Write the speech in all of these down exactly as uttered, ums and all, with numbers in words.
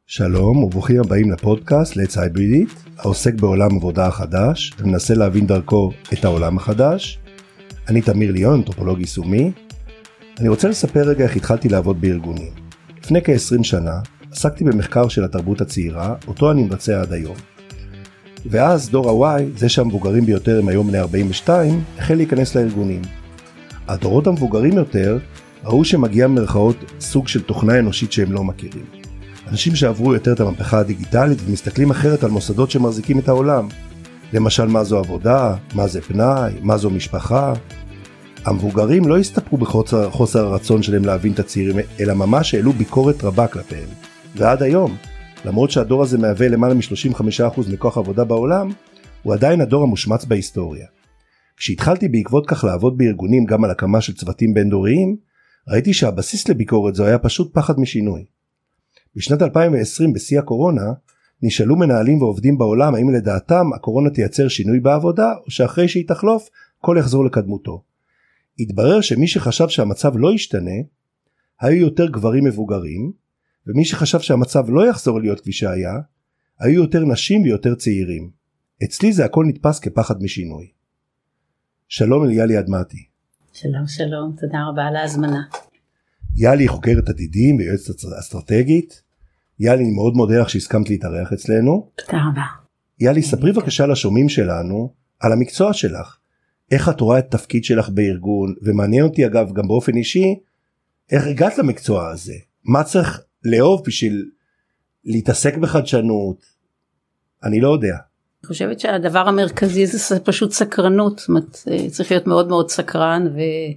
שלום וברוכים הבאים לפודקאסט לעץ הייברידית, העוסק בעולם עבודה החדש ומנסה להבין דרכו את העולם החדש. אני תמיר ליון, אנתרופולוג יישומי. אני רוצה לספר רגע איך התחלתי לעבוד בארגונים. לפני כ-עשרים שנה עסקתי במחקר של התרבות הצעירה, אותו אני מבצע עד היום. ואז דור ה-Y, זה שהמבוגרים ביותר הם היום בני ארבעים ושתיים, החל להיכנס לארגונים. הדורות המבוגרים יותר ראו שמגיע מרכאות סוג של תוכנה אנושית שהם לא מכירים. אנשים שעברו יותר את המהפכה הדיגיטלית ומסתכלים אחרת על מוסדות שמחזיקים את העולם. למשל, מה זו עבודה, מה זה פנאי, מה זו משפחה. המבוגרים לא הסתפרו בחוסר חוסר הרצון שלהם להבין את הצעירים, אלא ממש העלו ביקורת רבה כלפיהם. ועד היום, למרות שהדור הזה מהווה למעלה מ-שלושים וחמישה אחוז מכוח עבודה בעולם, הוא עדיין הדור המושמץ בהיסטוריה. כשהתחלתי בעקבות כך לעבוד בארגונים גם על הקמה של צוותים בין דוריים, ראיתי שהבסיס לביקורת זו היה פשוט פחד משינוי. בשנת אלפיים ועשרים, בשיא הקורונה, נשאלו מנהלים ועובדים בעולם האם לדעתם הקורונה תייצר שינוי בעבודה, או שאחרי שהיא תחלוף, כל יחזור לקדמותו. התברר שמי שחשב שהמצב לא ישתנה, היו יותר גברים מבוגרים, ומי שחשב שהמצב לא יחזור להיות כפי שהיה, היו יותר נשים ויותר צעירים. אצלי זה הכל נתפס כפחד משינוי. שלום אליאלי אדמתי. שלום שלום, תודה רבה על ההזמנה. יאלי חוקרת עתידים ויועצת אסטרטגית. יאלי, אני מאוד מודה לך שהסכמת להתארח אצלנו. תודה רבה. יאלי, ספרי בבקשה לשומעים שלנו על המקצוע שלך. איך את רואה את תפקיד שלך בארגון, ומעניין אותי אגב גם באופן אישי, איך הגעת למקצוע הזה? מה צריך לאהוב בשביל להתעסק בחדשנות? אני לא יודע. אני חושבת שהדבר המרכזי זה פשוט סקרנות. זאת אומרת, צריך להיות מאוד מאוד סקרן,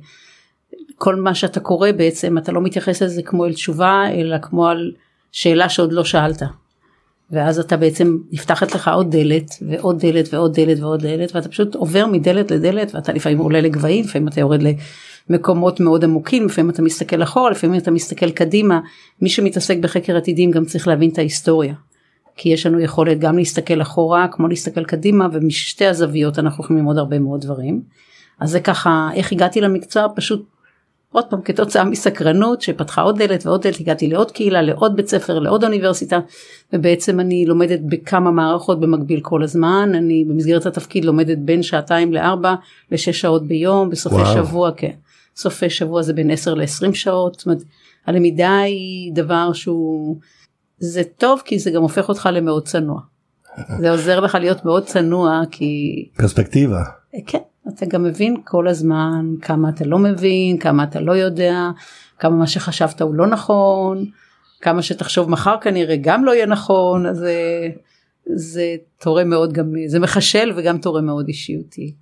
וכל מה שאתה קורא בעצם, אתה לא מתייחס לזה כמו אל תשובה, אלא כמו על שאלה שעוד לא שאלת. ואז אתה בעצם נפתחת לך עוד דלת, ועוד דלת, ועוד דלת, ועוד דלת, ואתה פשוט עובר מדלת לדלת, ואתה לפעמים עולה לגבהים, לפעמים אתה יורד למקומות מאוד עמוקים, לפעמים אתה מסתכל אחורה, לפעמים אתה מסתכל קדימה. מי שמתעסק בחקר עתידים גם צריך להבין את ההיסטוריה. כי יש לנו יכולת גם להסתכל אחורה, כמו להסתכל קדימה, ומשתי הזוויות אנחנו יכולים ללמוד הרבה מאוד דברים. אז זה ככה, איך הגעתי למקצוע? פשוט עוד פעם, כתוצאה מסקרנות שפתחה עוד דלת ועוד דלת, הגעתי לעוד קהילה, לעוד בית ספר, לעוד אוניברסיטה, ובעצם אני לומדת בכמה מערכות במקביל כל הזמן. אני במסגרת התפקיד לומדת בין שעתיים לארבע לשש שעות ביום, בסופי וואו. שבוע, כן. סופי שבוע זה בין עשר לעשרים שעות. זאת אומרת, הלמידה היא דבר שהוא, זה טוב כי זה גם הופך אותך למאוד צנוע. זה עוזר לך להיות מאוד צנוע כי... פרספקטיבה. כן. אתה גם מבין כל הזמן כמה אתה לא מבין, כמה אתה לא יודע, כמה מה שחשבת הוא לא נכון, כמה שתחשוב מחר כנראה גם לא יהיה נכון. אז זה, זה תורם מאוד, גם, זה מחשל וגם תורם מאוד אישיותי.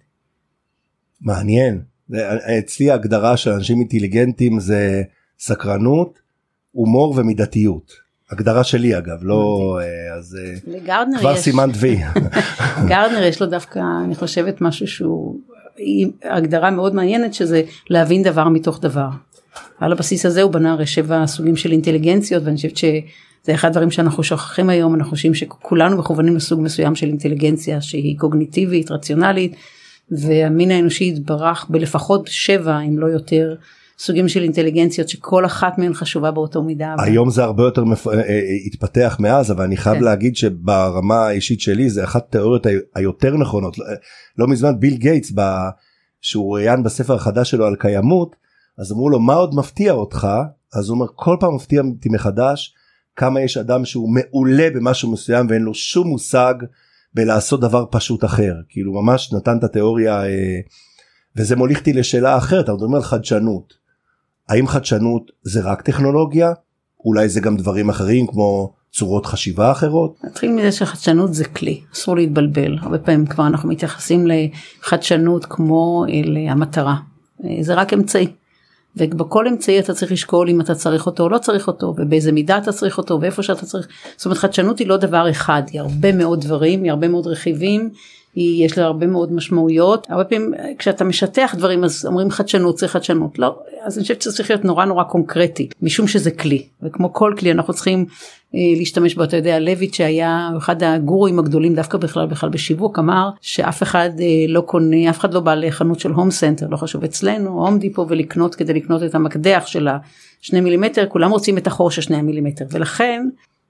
מעניין. אצלי ההגדרה של אנשים אינטליגנטים זה סקרנות, הומור ומידתיות. הגדרה שלי אגב, לא, אז כבר סימן וי. גרדנר יש לו דווקא, אני חושבת משהו שהוא, הגדרה מאוד מעניינת, שזה להבין דבר מתוך דבר. על הבסיס הזה הוא בנה הרי שבע סוגים של אינטליגנציות, ואני חושבת שזה אחד הדברים שאנחנו שוכחים היום. אנחנו חושבים שכולנו מכוונים לסוג מסוים של אינטליגנציה, שהיא קוגניטיבית, רציונלית, והמין האנושי התברך בלפחות שבע, אם לא יותר, סוגים של אינטליגנציות שכל אחת מהן חשובה באותו מידה. היום זה הרבה יותר מפ... התפתח מאז, אבל אני חייב כן. להגיד שברמה האישית שלי זה אחת התיאוריות היותר נכונות. לא מזמן ביל גייטס, ב... שהוא ראיין בספר החדש שלו על קיימות, אז אמרו לו מה עוד מפתיע אותך? אז הוא אומר כל פעם מפתיע אותי מחדש כמה יש אדם שהוא מעולה במשהו מסוים ואין לו שום מושג בלעשות דבר פשוט אחר. כאילו ממש נתן את התיאוריה, וזה מוליך אותי לשאלה אחרת. אתה אומר חדשנות. האם חדשנות זה רק טכנולוגיה? אולי זה גם דברים אחרים כמו צורות חשיבה אחרות? נתחיל מזה שחדשנות זה כלי, אסור להתבלבל. הרבה פעמים כבר אנחנו מתייחסים לחדשנות כמו המטרה. זה רק אמצעי. ובכל אמצעי אתה צריך לשקול אם אתה צריך אותו או לא צריך אותו, ובאיזה מידה אתה צריך אותו, ואיפה שאתה צריך. זאת אומרת, חדשנות היא לא דבר אחד, היא הרבה מאוד דברים, היא הרבה מאוד רכיבים, היא, יש לה הרבה מאוד משמעויות. הרבה פעמים כשאתה משטח דברים אז אומרים חדשנות, צריך חדשנות. לא, אז אני חושבת שזה צריך להיות נורא נורא קונקרטי, משום שזה כלי. וכמו כל כלי אנחנו צריכים אה, להשתמש בו. אתה יודע, לויט שהיה אחד הגורואים הגדולים דווקא בכלל בכלל בשיווק, אמר שאף אחד אה, לא קונה, אף אחד לא בא לחנות של הום סנטר, לא חשוב אצלנו, הום דיפו ולקנות כדי לקנות את המקדח של השני מילימטר, כולם רוצים את החור של שני מילימטר. ולכן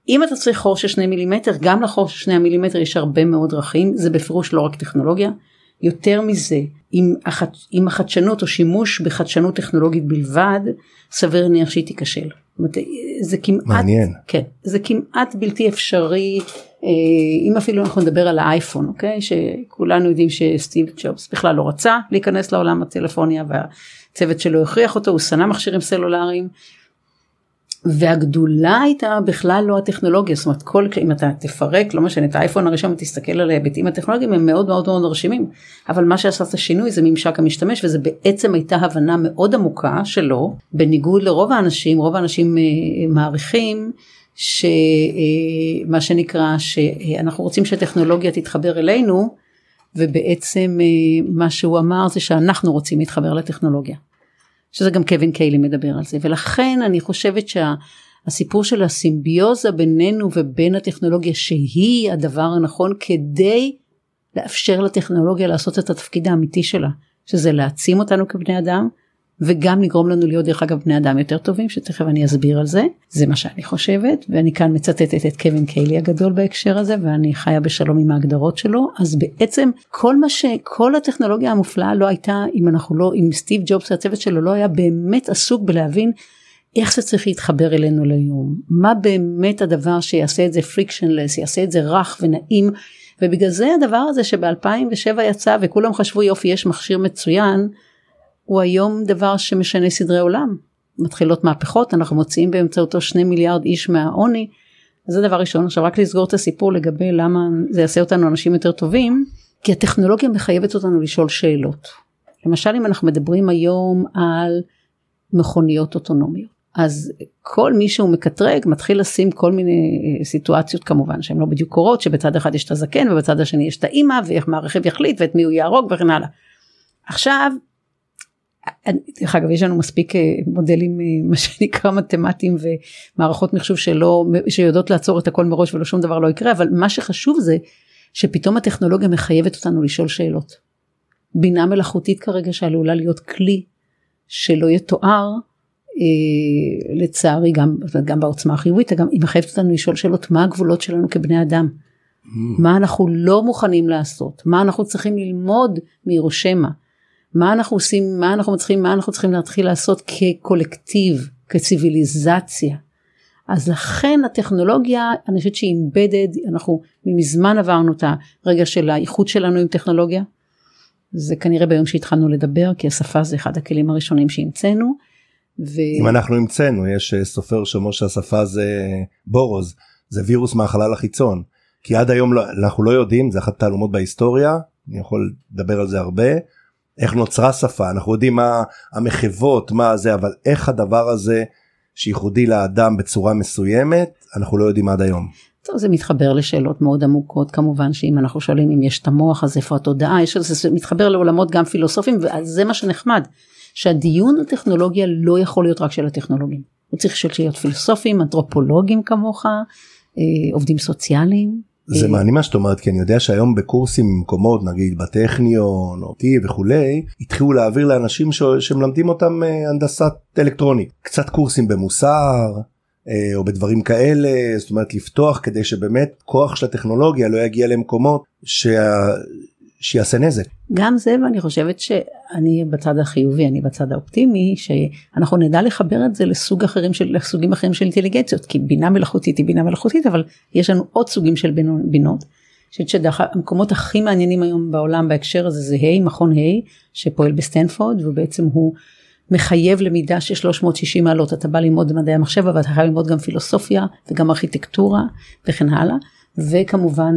אם אתה צריך חור של שני מילימטר, גם לחור של שני המילימטר יש הרבה מאוד דרכים, זה בפירוש לא רק טכנולוגיה, יותר מזה, עם, החד... עם החדשנות או שימוש בחדשנות טכנולוגית בלבד, סביר להניח שהיא תיכשל. זה כמעט, מעניין. כן, זה כמעט בלתי אפשרי, אם אפילו אנחנו נדבר על האייפון, אוקיי? שכולנו יודעים שסטיב ג'ובס בכלל לא רצה להיכנס לעולם הטלפוניה, והצוות שלו הכריח אותו, הוא שנא מכשירים סלולריים, והגדולה הייתה בכלל לא הטכנולוגיה, זאת אומרת, כל, אם אתה תפרק, לא משנה, את האייפון הראשון תסתכל על ההיבטים הטכנולוגיים, הם מאוד מאוד מאוד מרשימים, אבל מה שעשה את השינוי זה ממשק המשתמש, וזה בעצם הייתה הבנה מאוד עמוקה שלו, בניגוד לרוב האנשים, רוב האנשים מעריכים, שמה שנקרא, שאנחנו רוצים שהטכנולוגיה תתחבר אלינו, ובעצם מה שהוא אמר זה שאנחנו רוצים להתחבר לטכנולוגיה. שזה גם קווין קיילי מדבר על זה, ולכן אני חושבת שהסיפור של הסימביוזה בינינו ובין הטכנולוגיה, שהיא הדבר הנכון כדי לאפשר לטכנולוגיה לעשות את התפקיד האמיתי שלה, שזה להעצים אותנו כבני אדם, וגם לגרום לנו להיות דרך אגב בני אדם יותר טובים, שתכף אני אסביר על זה, זה מה שאני חושבת, ואני כאן מצטטת את קווין קיילי הגדול בהקשר הזה, ואני חיה בשלום עם ההגדרות שלו, אז בעצם כל מה ש... כל הטכנולוגיה המופלאה לא הייתה, אם אנחנו לא, אם סטיב ג'ובס הצוות שלו לא היה באמת עסוק בלהבין, איך זה צריך להתחבר אלינו ליום, מה באמת הדבר שיעשה את זה frictionless, יעשה את זה רך ונעים, ובגלל זה הדבר הזה שב-אלפיים ושבע יצא, וכולם חשבו יופי, יש מכשיר מצוין, הוא היום דבר שמשנה סדרי עולם, מתחילות מהפכות, אנחנו מוציאים באמצעותו שני מיליארד איש מהעוני, אז זה דבר ראשון. עכשיו רק לסגור את הסיפור לגבי למה זה יעשה אותנו אנשים יותר טובים, כי הטכנולוגיה מחייבת אותנו לשאול שאלות. למשל אם אנחנו מדברים היום על מכוניות אוטונומיות, אז כל מי שהוא מקטרג מתחיל לשים כל מיני סיטואציות כמובן, שהן לא בדיוק קורות, שבצד אחד יש את הזקן ובצד השני יש את האמא, ואיך מהרכב יחליט ואת מי הוא יהרוג וכן הלאה. עכשיו, דרך אגב, יש לנו מספיק מודלים, מה שנקרא מתמטיים ומערכות מחשוב שלא, שיודעות לעצור את הכל מראש ולא שום דבר לא יקרה, אבל מה שחשוב זה שפתאום הטכנולוגיה מחייבת אותנו לשאול שאלות. בינה מלאכותית כרגע שעלולה להיות כלי שלא יתואר, אה, לצערי גם, גם בעוצמה החיובית, גם היא מחייבת אותנו לשאול שאלות מה הגבולות שלנו כבני אדם, mm. מה אנחנו לא מוכנים לעשות, מה אנחנו צריכים ללמוד מירושמה, מה אנחנו עושים, מה אנחנו צריכים, מה אנחנו צריכים להתחיל לעשות כקולקטיב, כציביליזציה. אז לכן הטכנולוגיה, אני חושבת שהיא embedded, אנחנו מזמן עברנו את הרגע של האיחוד שלנו עם טכנולוגיה, זה כנראה ביום שהתחלנו לדבר, כי השפה זה אחד הכלים הראשונים שהמצאנו. ו... אם אנחנו המצאנו, יש סופר שאומר שהשפה זה בורוז, זה וירוס מהחלל החיצון, כי עד היום לא, אנחנו לא יודעים, זה אחת התעלומות בהיסטוריה, אני יכול לדבר על זה הרבה, איך נוצרה שפה, אנחנו יודעים מה המחוות, מה זה, אבל איך הדבר הזה שייחודי לאדם בצורה מסוימת, אנחנו לא יודעים עד היום. טוב, זה מתחבר לשאלות מאוד עמוקות, כמובן שאם אנחנו שואלים אם יש את המוח, אז איפה התודעה, יש, זה מתחבר לעולמות גם פילוסופיים, וזה מה שנחמד, שהדיון הטכנולוגיה לא יכול להיות רק של הטכנולוגים, הוא צריך להיות פילוסופים, אנתרופולוגים כמוך, עובדים סוציאליים, זה מעניין מה שאת אומרת, כי אני יודע שהיום בקורסים במקומות, נגיד בטכניון או טי וכולי, התחילו להעביר לאנשים ש... שמלמדים אותם הנדסת אלקטרונית, קצת קורסים במוסר או בדברים כאלה, זאת אומרת לפתוח כדי שבאמת כוח של הטכנולוגיה לא יגיע למקומות שה... שיעשה נזק. גם זה, ואני חושבת שאני בצד החיובי, אני בצד האופטימי, שאנחנו נדע לחבר את זה לסוג אחרים של, לסוגים אחרים של אינטליגנציות, כי בינה מלאכותית היא בינה מלאכותית, אבל יש לנו עוד סוגים של בינות, שהמקומות הכי מעניינים היום בעולם בהקשר הזה, זה היי, מכון היי, שפועל בסטנפורד, ובעצם הוא מחייב למידה של שלוש מאות ושישים מעלות, אתה בא ללמוד במדעי המחשב, אבל אתה חייב ללמוד גם פילוסופיה, וגם ארכיטקטורה, וכן הלאה, וכמובן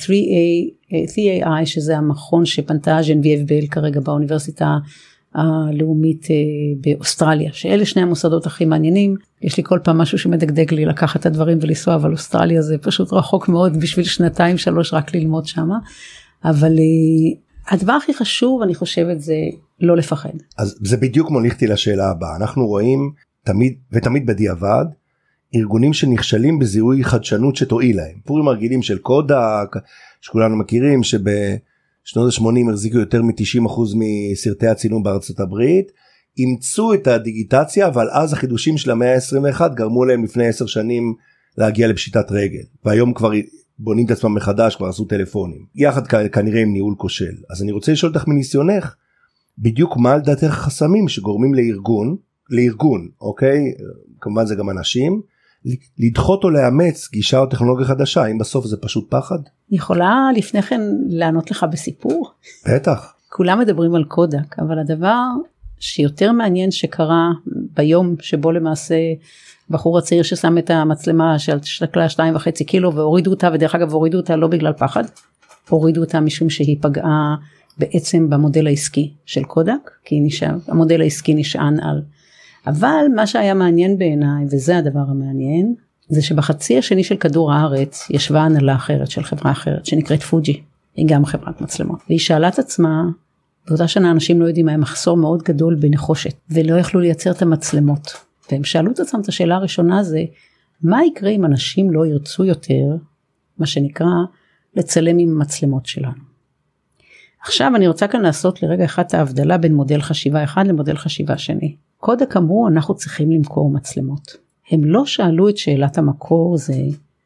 תרי איי איי, שזה המכון שפנתה ז'נבייב בל כרגע באוניברסיטה הלאומית באוסטרליה, שאלה שני המוסדות הכי מעניינים. יש לי כל פעם משהו שמדגדג לי לקחת את הדברים ולנסוע, אבל אוסטרליה זה פשוט רחוק מאוד בשביל שנתיים שלוש רק ללמוד שמה, אבל הדבר הכי חשוב אני חושבת זה לא לפחד. אז זה בדיוק מוליך אותי לשאלה הבאה, אנחנו רואים תמיד ותמיד בדיעבד, ארגונים שנכשלים בזיהוי חדשנות שתועיל להם. פורים הרגילים של קודק, שכולנו מכירים, שבשנות ה-שמונים החזיקו יותר מ-תשעים אחוז מסרטי הצילום בארצות הברית, אימצו את הדיגיטציה, אבל אז החידושים של המאה ה-עשרים ואחת גרמו להם לפני עשר שנים להגיע לפשיטת רגל, והיום כבר בונים את עצמם מחדש, כבר עשו טלפונים, יחד כנראה עם ניהול כושל. אז אני רוצה לשאול אותך מניסיונך, בדיוק מה לדעתך חסמים שגורמים לארגון, לארגון, אוקיי? כמובן זה גם אנשים, לדחות או לאמץ גישה או טכנולוגיה חדשה, אם בסוף זה פשוט פחד? אני יכולה לפני כן לענות לך בסיפור? בטח. כולם מדברים על קודק, אבל הדבר שיותר מעניין שקרה ביום שבו למעשה בחור הצעיר ששם את המצלמה של שקלה שתיים וחצי קילו והורידו אותה, ודרך אגב הורידו אותה לא בגלל פחד, הורידו אותה משום שהיא פגעה בעצם במודל העסקי של קודק, כי נשאר, המודל העסקי נשען על. אבל מה שהיה מעניין בעיניי, וזה הדבר המעניין, זה שבחצי השני של כדור הארץ ישבה הנהלה אחרת של חברה אחרת שנקראת פוג'י, היא גם חברת מצלמות, והיא שאלה את עצמה, באותה שנה אנשים לא יודעים, היה מחסור מאוד גדול בנחושת, ולא יכלו לייצר את המצלמות, והם שאלו את עצמם את השאלה הראשונה זה, מה יקרה אם אנשים לא ירצו יותר, מה שנקרא, לצלם עם המצלמות שלנו. עכשיו אני רוצה כאן לעשות לרגע אחד ההבדלה בין מודל חשיבה אחד למודל חשיבה שני. קודק אמרו אנחנו צריכים למכור מצלמות. הם לא שאלו את שאלת המקור זה,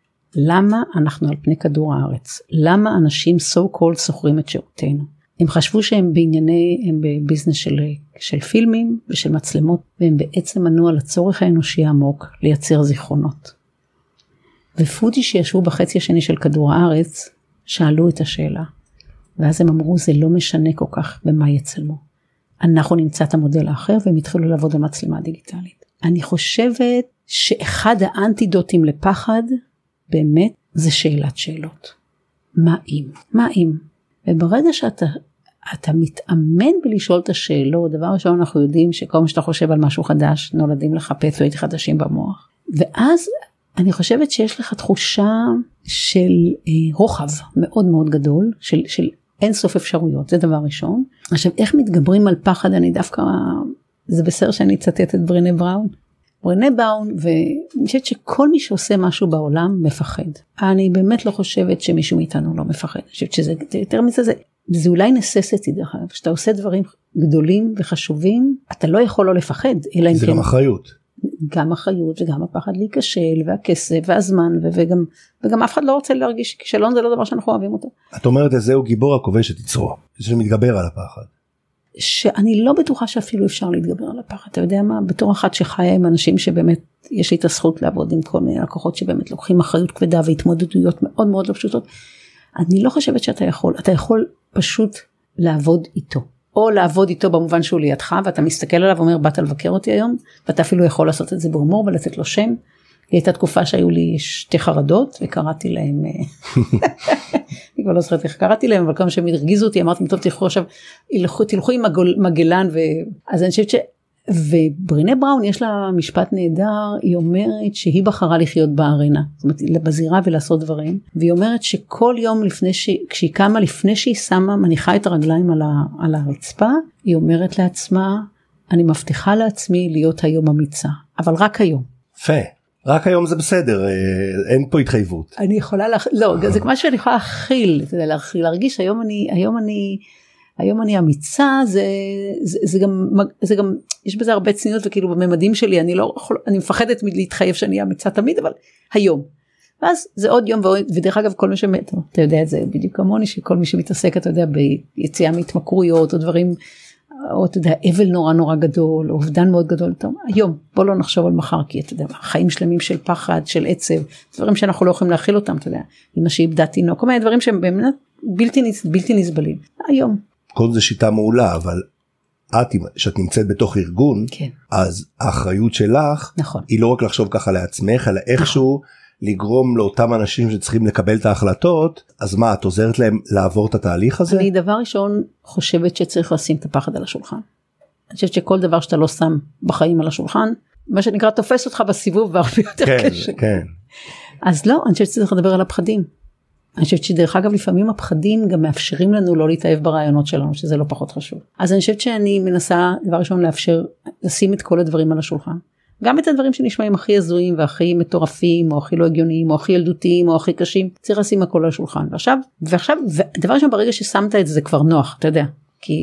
למה אנחנו על פני כדור הארץ? למה אנשים so called סוחרים את שירותינו? הם חשבו שהם בענייני, הם בביזנס של, של פילמים ושל מצלמות, והם בעצם ענו על הצורך האנושי העמוק לייצר זיכרונות. ופוג'י שישבו בחצי השני של כדור הארץ, שאלו את השאלה. ואז הם אמרו, זה לא משנה כל כך במה יצלמו. אנחנו נמצא את המודל האחר, והם התחילו לעבוד במצלמה דיגיטלית. אני חושבת שאחד האנטידוטים לפחד, באמת, זה שאלת שאלות. מה אם? מה אם? וברגע שאתה אתה מתאמן בלשאול את השאלות, דבר ראשון אנחנו יודעים שכל מה שאתה חושב על משהו חדש, נולדים לך פצועים חדשים במוח. ואז אני חושבת שיש לך תחושה של אה, רוחב מאוד מאוד גדול, של, של אין סוף אפשרויות, זה דבר ראשון. עכשיו, איך מתגברים על פחד? אני דווקא, זה בסדר שאני אצטט את ברנה בראון. ברנה בראון, ואני חושבת שכל מי שעושה משהו בעולם מפחד. אני באמת לא חושבת שמישהו מאיתנו לא מפחד. אני חושבת שזה יותר מזה, זה, זה אולי נססתי דרך אגב. כשאתה עושה דברים גדולים וחשובים, אתה לא יכול לא לפחד. אלא זה גם אחריות. גם אחריות וגם הפחד להיכשל והכסף והזמן וגם, וגם אף אחד לא רוצה להרגיש שכישלון זה לא דבר שאנחנו אוהבים אותו. את אומרת זהו גיבור הכובש את יצרו, שמתגבר על הפחד. שאני לא בטוחה שאפילו אפשר להתגבר על הפחד, אתה יודע מה, בתור אחת שחיה עם אנשים שבאמת יש לי את הזכות לעבוד עם כל מיני לקוחות שבאמת לוקחים אחריות כבדה והתמודדויות מאוד מאוד לא פשוטות, אני לא חושבת שאתה יכול, אתה יכול פשוט לעבוד איתו. או לעבוד איתו במובן שהוא לידך, ואתה מסתכל עליו ואומר, באת לבקר אותי היום, ואתה אפילו יכול לעשות את זה בהומור ולתת לו שם. הייתה תקופה שהיו לי שתי חרדות, וקראתי להם, אני כבר לא זוכרת איך קראתי להם, אבל כמה שהם הרגיזו אותי, אמרתי, טוב, תלכו עכשיו, תלכו עם מגלן, אז אני חושבת ש... וברנה בראון יש לה משפט נהדר, היא אומרת שהיא בחרה לחיות בארנה, זאת אומרת בזירה ולעשות דברים, והיא אומרת שכל יום לפני ש... כשהיא קמה, לפני שהיא שמה, מניחה את הרגליים על, ה... על הרצפה, היא אומרת לעצמה, אני מבטיחה לעצמי להיות היום אמיצה, אבל רק היום. יפה, רק היום זה בסדר, אין פה התחייבות. אני יכולה, לה... לא, זה כמו שאני יכולה להכיל, להכיל, להרגיש, היום אני, היום אני, היום אני אמיצה, זה, זה, זה גם, זה גם, יש בזה הרבה צניעות, וכאילו בממדים שלי, אני לא, אני מפחדת להתחייב שאני אמיצה תמיד, אבל היום. ואז זה עוד יום, ודרך אגב, כל מי שמת, אתה יודע את זה בדיוק כמוני, שכל מי שמתעסק, אתה יודע, ביציאה מהתמכרויות, או דברים, או אתה יודע, אבל נורא נורא גדול, או אובדן מאוד גדול, טוב, היום, בוא לא נחשוב על מחר, כי אתה יודע, חיים שלמים של פחד, של עצב, דברים שאנחנו לא יכולים להכיל אותם, אתה יודע, אמא שאיבדה תינוק, כל מיני דברים שהם באמת בלתי, בלתי נסבלים, היום. כל זה שיטה מעולה, אבל את, שאת נמצאת בתוך ארגון, כן. אז האחריות שלך, נכון. היא לא רק לחשוב ככה לעצמך, אלא איכשהו נכון. לגרום לאותם אנשים שצריכים לקבל את ההחלטות, אז מה, את עוזרת להם לעבור את התהליך הזה? אני דבר ראשון חושבת שצריך לשים את הפחד על השולחן. אני חושבת שכל דבר שאתה לא שם בחיים על השולחן, מה שנקרא תופס אותך בסיבוב והרבה יותר כן, קשה. כן. אז לא, אני חושבת שצריך לדבר על הפחדים. אני חושבת שדרך אגב לפעמים הפחדים גם מאפשרים לנו לא להתאהב ברעיונות שלנו, שזה לא פחות חשוב. אז אני חושבת שאני מנסה דבר ראשון לאפשר, לשים את כל הדברים על השולחן. גם את הדברים שנשמעים הכי הזויים והכי מטורפים, או הכי לא הגיוניים, או הכי ילדותיים, או הכי קשים, צריך לשים הכל על השולחן. ועכשיו, ועכשיו, דבר ראשון ברגע ששמת את זה, זה כבר נוח, אתה יודע. כי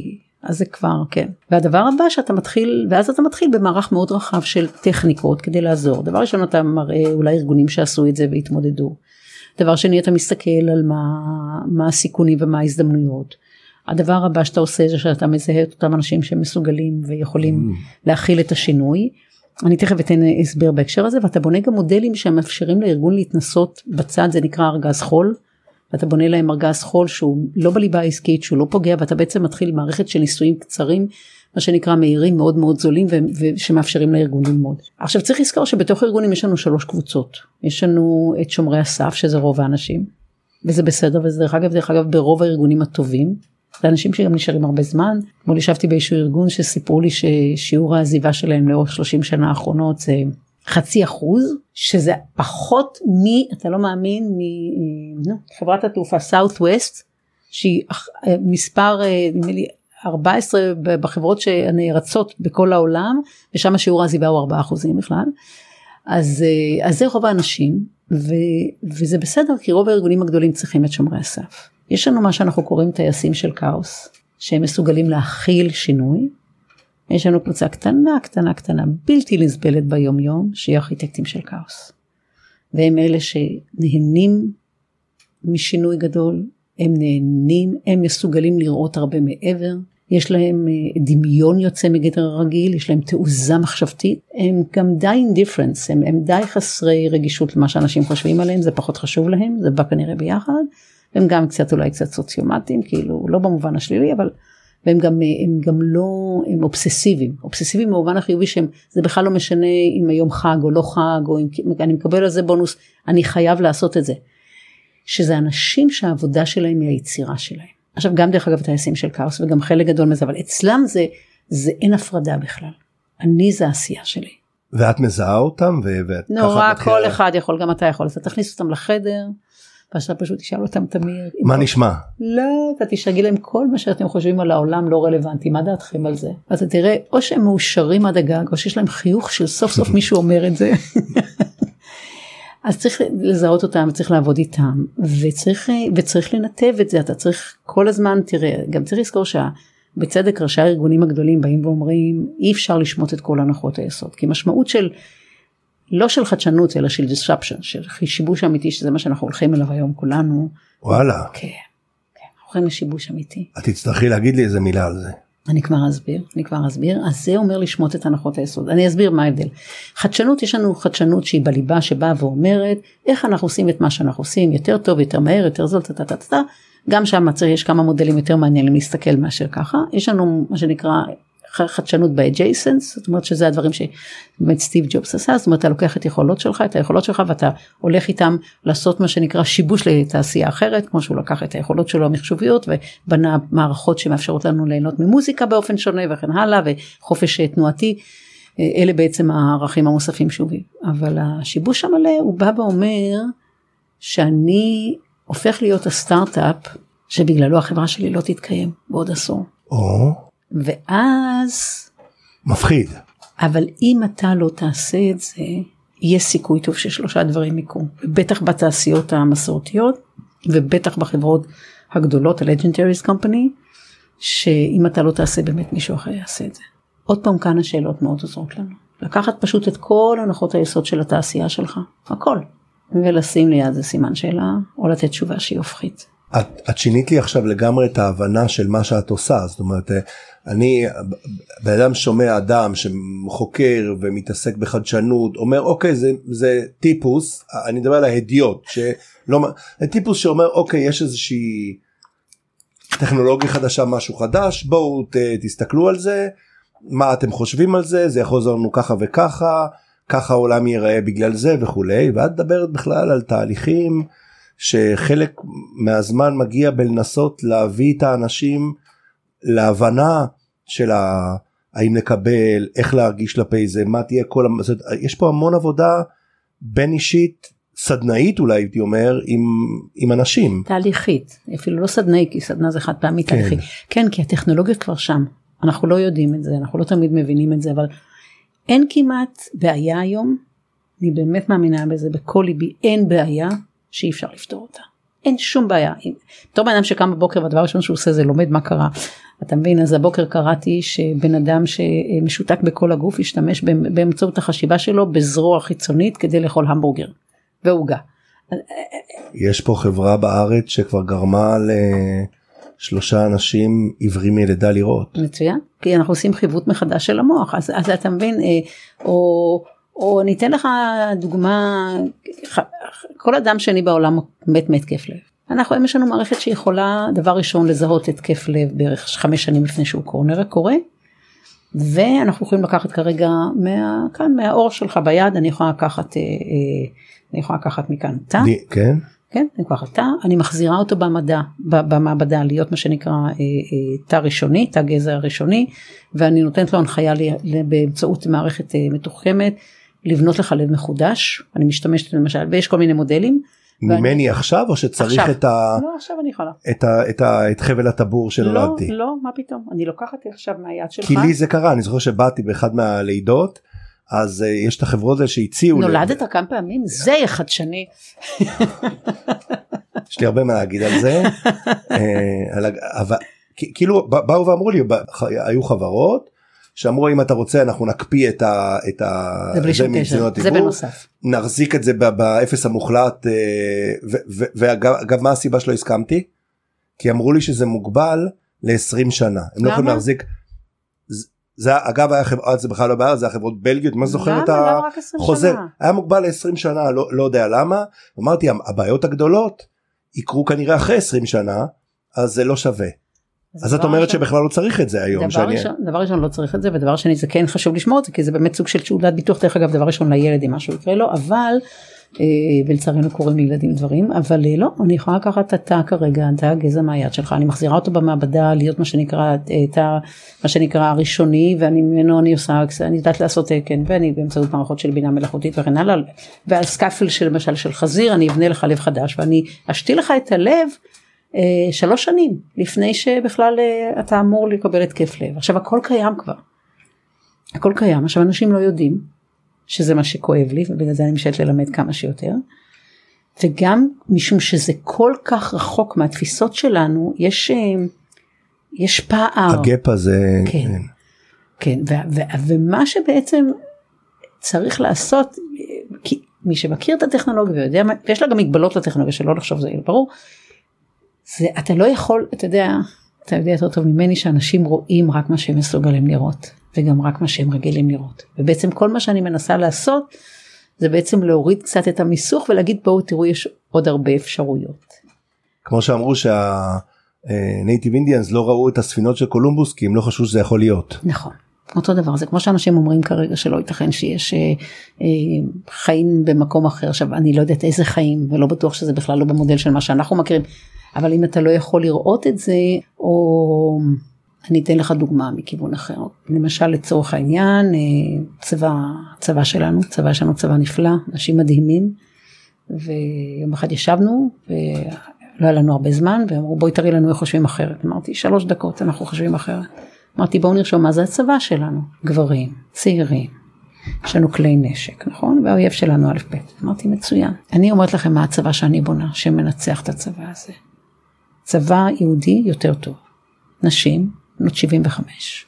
אז זה כבר, כן. והדבר הבא שאתה מתחיל, ואז אתה מתחיל במערך מאוד רחב של טכניקות כדי לעזור. דבר ראשון אתה מראה אולי ארגונים שעשו את זה והתמודדו. דבר שני אתה מסתכל על מה, מה הסיכונים ומה ההזדמנויות. הדבר הבא שאתה עושה זה שאתה מזהה את אותם אנשים שמסוגלים ויכולים mm. להכיל את השינוי. אני תכף אתן הסבר בהקשר הזה, ואתה בונה גם מודלים שמאפשרים לארגון להתנסות בצד, זה נקרא ארגז חול, ואתה בונה להם ארגז חול שהוא לא בליבה העסקית, שהוא לא פוגע, ואתה בעצם מתחיל מערכת של ניסויים קצרים, מה שנקרא מהירים מאוד מאוד זולים, ושמאפשרים לארגון ללמוד. עכשיו צריך לזכור שבתוך ארגונים יש לנו שלוש קבוצות, יש לנו את שומרי הסף, שזה רוב האנשים, וזה בסדר, וזה דרך אגב, דרך אגב ברוב הארגונים הטובים, זה אנשים שגם נשארים הרבה זמן, כמו ישבתי באיזשהו ארגון שסיפרו לי ששיעור העזיבה שלהם לאורך שלושים שנה האחרונות זה חצי אחוז, שזה פחות מ, אתה לא מאמין, מחברת התעופה Southwest, שהיא מספר ארבע עשרה בחברות שנערצות בכל העולם, ושם השיעור העזיבה הוא ארבעה אחוזים בכלל, אז, אז זה רוב האנשים, ו, וזה בסדר, כי רוב הארגונים הגדולים צריכים את שומרי הסף. יש לנו מה שאנחנו קוראים טייסים של כאוס, שהם מסוגלים להכיל שינוי. יש לנו קבוצה קטנה, קטנה, קטנה, בלתי נסבלת ביום יום, שהיא ארכיטקטים של כאוס. והם אלה שנהנים משינוי גדול, הם נהנים, הם מסוגלים לראות הרבה מעבר, יש להם דמיון יוצא מגדר הרגיל, יש להם תעוזה מחשבתית, הם גם די אינדיפרנס, הם, הם די חסרי רגישות למה שאנשים חושבים עליהם, זה פחות חשוב להם, זה בא כנראה ביחד, הם גם קצת אולי קצת סוציומטיים, כאילו לא במובן השלילי, אבל והם גם, הם גם לא, הם אובססיביים, אובססיביים במובן החיובי שהם, זה בכלל לא משנה אם היום חג או לא חג, או אם אני מקבל על זה בונוס, אני חייב לעשות את זה. שזה אנשים שהעבודה שלהם היא היצירה שלהם. עכשיו גם דרך אגב טייסים של כאוס, וגם חלק גדול מזה, אבל אצלם זה, זה אין הפרדה בכלל. אני זה העשייה שלי. ואת מזהה אותם? ואת נורא, כל אחד יכול, גם אתה יכול, אתה תכניס אותם לחדר, ואתה פשוט תשאל אותם תמיר. מה נשמע? לא, אתה תשאגי להם כל מה שאתם חושבים על העולם לא רלוונטי, מה דעתכם על זה? אז אתה תראה, או שהם מאושרים עד הגג, או שיש להם חיוך של סוף סוף מישהו אומר את זה. אז צריך לזהות אותם, צריך לעבוד איתם, וצריך, וצריך לנתב את זה, אתה צריך כל הזמן, תראה, גם צריך לזכור שבצדק ראשי הארגונים הגדולים באים ואומרים, אי אפשר לשמוט את כל הנחות היסוד, כי משמעות של, לא של חדשנות, אלא של disruption, של שיבוש אמיתי, שזה מה שאנחנו הולכים אליו היום כולנו. וואלה. כן, כן, אנחנו הולכים לשיבוש אמיתי. את תצטרכי להגיד לי איזה מילה על זה. אני כבר אסביר, אני כבר אסביר, אז זה אומר לשמוט את הנחות היסוד, אני אסביר מה ההבדל. חדשנות, יש לנו חדשנות שהיא בליבה, שבאה ואומרת, איך אנחנו עושים את מה שאנחנו עושים, יותר טוב, יותר מהר, יותר זול, תתתתתת, גם שם יש כמה מודלים יותר מעניינים להסתכל מאשר ככה, יש לנו מה שנקרא חדשנות ב-adjacents, זאת אומרת שזה הדברים שבאמת סטיב ג'ובס עשה, זאת אומרת אתה לוקח את היכולות שלך, את היכולות שלך ואתה הולך איתם לעשות מה שנקרא שיבוש לתעשייה אחרת, כמו שהוא לקח את היכולות שלו המחשוביות ובנה מערכות שמאפשרות לנו ליהנות ממוזיקה באופן שונה וכן הלאה, וחופש תנועתי, אלה בעצם הערכים המוספים שובי. אבל השיבוש המלא הוא בא ואומר שאני הופך להיות הסטארט-אפ שבגללו החברה שלי לא תתקיים בעוד עשור. או ואז מפחיד. אבל אם אתה לא תעשה את זה, יהיה סיכוי טוב ששלושה דברים יקרו. בטח בתעשיות המסורתיות, ובטח בחברות הגדולות, ה-Legendaries Company, שאם אתה לא תעשה, באמת מישהו אחר יעשה את זה. עוד פעם כאן השאלות מאוד עוזרות לנו. לקחת פשוט את כל הנחות היסוד של התעשייה שלך, הכל, ולשים ליד זה סימן שאלה, או לתת תשובה שהיא הופכית. את, את שינית לי עכשיו לגמרי את ההבנה של מה שאת עושה, זאת אומרת, אני, באדם שומע אדם שחוקר ומתעסק בחדשנות, אומר אוקיי זה, זה טיפוס, אני מדבר על ההדיוט, שלא, טיפוס שאומר אוקיי יש איזושהי טכנולוגיה חדשה, משהו חדש, בואו ת, תסתכלו על זה, מה אתם חושבים על זה, זה יכול לעזור לנו ככה וככה, ככה העולם ייראה בגלל זה וכולי, ואת מדברת בכלל על תהליכים, שחלק מהזמן מגיע בלנסות להביא את האנשים להבנה של האם לקבל, איך להרגיש כלפי זה, מה תהיה כל, יש פה המון עבודה בין אישית, סדנאית אולי הייתי אומר, עם, עם אנשים. תהליכית, אפילו לא סדנאי, כי סדנה זה חד פעמי כן. תהליכי. כן, כי הטכנולוגיות כבר שם, אנחנו לא יודעים את זה, אנחנו לא תמיד מבינים את זה, אבל אין כמעט בעיה היום, אני באמת מאמינה בזה בכל ליבי, אין בעיה, שאי אפשר לפתור אותה. אין שום בעיה. בתור בן אדם שקם בבוקר והדבר הראשון שהוא עושה זה לומד מה קרה. אתה מבין, אז הבוקר קראתי שבן אדם שמשותק בכל הגוף ישתמש באמצעות החשיבה שלו בזרוע חיצונית כדי לאכול המבורגר ועוגה. יש פה חברה בארץ שכבר גרמה לשלושה אנשים עיוורים מלידה לראות. מצוין, כי אנחנו עושים חיווט מחדש של המוח, אז, אז אתה מבין, או, או אני אתן לך דוגמה, כל אדם שני בעולם מת מהתקף לב. אנחנו, יש לנו מערכת שיכולה דבר ראשון לזהות התקף לב בערך חמש שנים לפני שהוא קורנר קורה, ואנחנו יכולים לקחת כרגע מה, כאן, מהאור שלך ביד, אני יכולה לקחת, אה, אה, אני יכולה לקחת מכאן תא, כן? כן, אני לקחת תא, אני מחזירה אותו במדע, במעבדה, להיות מה שנקרא אה, אה, תא ראשוני, תא גזע ראשוני, ואני נותנת לו הנחיה לי, באמצעות מערכת אה, מתוחכמת, לבנות לך לב מחודש, אני משתמשת למשל, ויש כל מיני מודלים, ממני ואני... עכשיו או שצריך עכשיו. את ה... לא, עכשיו אני יכולה. את ה... את ה... את חבל הטבור שנולדתי. לא, לא, מה פתאום? אני לוקחת עכשיו מהיד שלך. כי לי זה קרה, אני זוכר שבאתי באחד מהלידות, אז uh, יש את החברות האלה שהציעו... נולדת ל... כמה פעמים? זה יהיה חדשני. יש לי הרבה מה להגיד על זה. אבל כאילו באו ואמרו לי, היו חברות, שאמרו אם אתה רוצה אנחנו נקפיא את ה... את ה... זה בלי שום קשר, זה בנוסף. נחזיק את זה באפס המוחלט, ואגב מה הסיבה שלא הסכמתי? כי אמרו לי שזה מוגבל ל-עשרים שנה. הם לא יכולים להחזיק... זה אגב היה חברות, זה בכלל לא בעיה, זה החברות בלגיות, מה זוכר את החוזר? היה מוגבל ל-עשרים שנה, לא יודע למה. אמרתי, הבעיות הגדולות יקרו כנראה אחרי עשרים שנה, אז זה לא שווה. אז את אומרת שבכלל לא צריך את זה היום. דבר ראשון לא צריך את זה, ודבר שני זה כן חשוב לשמור את זה, כי זה באמת סוג של תעודת ביטוח, דרך אגב דבר ראשון לילד אם משהו יקרה לו, אבל, ולצערנו קוראים לילדים דברים, אבל לא, אני יכולה לקחת את התא כרגע, את הגזע מהיד שלך, אני מחזירה אותו במעבדה, להיות מה שנקרא, את מה שנקרא הראשוני, ואני ממנו אני עושה, אני יודעת לעשות תקן, ואני באמצעות מערכות של בינה מלאכותית וכן הלאה, ועל סקאפל של למשל של חזיר, אני אבנה לך לב חדש, ואני אשתיל לך את הלב, שלוש שנים לפני שבכלל אתה אמור לקבל התקף לב. עכשיו הכל קיים כבר, הכל קיים. עכשיו אנשים לא יודעים שזה מה שכואב לי, ובגלל זה אני משלת ללמד כמה שיותר, וגם משום שזה כל כך רחוק מהתפיסות שלנו, יש יש פער. הגאפ הזה. כן, כן, ומה שבעצם צריך לעשות, כי מי שמכיר את הטכנולוגיה ויודע, יש לה גם מגבלות לטכנולוגיה שלא לחשוב זה ברור, זה, אתה לא יכול, אתה יודע, אתה יודע יותר טוב ממני שאנשים רואים רק מה שהם מסוגלים לראות, וגם רק מה שהם רגילים לראות. ובעצם כל מה שאני מנסה לעשות, זה בעצם להוריד קצת את המיסוך, ולהגיד בואו תראו יש עוד הרבה אפשרויות. כמו שאמרו שה-Native Indians לא ראו את הספינות של קולומבוס, כי הם לא חשבו שזה יכול להיות. נכון. אותו דבר, זה כמו שאנשים אומרים כרגע שלא ייתכן שיש אה, אה, חיים במקום אחר. עכשיו אני לא יודעת איזה חיים, ולא בטוח שזה בכלל לא במודל של מה שאנחנו מכירים, אבל אם אתה לא יכול לראות את זה, או אני אתן לך דוגמה מכיוון אחר. למשל לצורך העניין, צבא, צבא שלנו, צבא שלנו צבא נפלא, אנשים מדהימים, ויום אחד ישבנו, ולא היה לנו הרבה זמן, ואמרו בואי תראי לנו איך חושבים אחרת. אמרתי שלוש דקות אנחנו חושבים אחרת. אמרתי בואו נרשום מה זה הצבא שלנו, גברים, צעירים, יש לנו כלי נשק, נכון? והאויב שלנו א' ב'. אמרתי מצוין. אני אומרת לכם מה הצבא שאני בונה, שמנצח את הצבא הזה. צבא יהודי יותר טוב. נשים, בנות שבעים וחמש.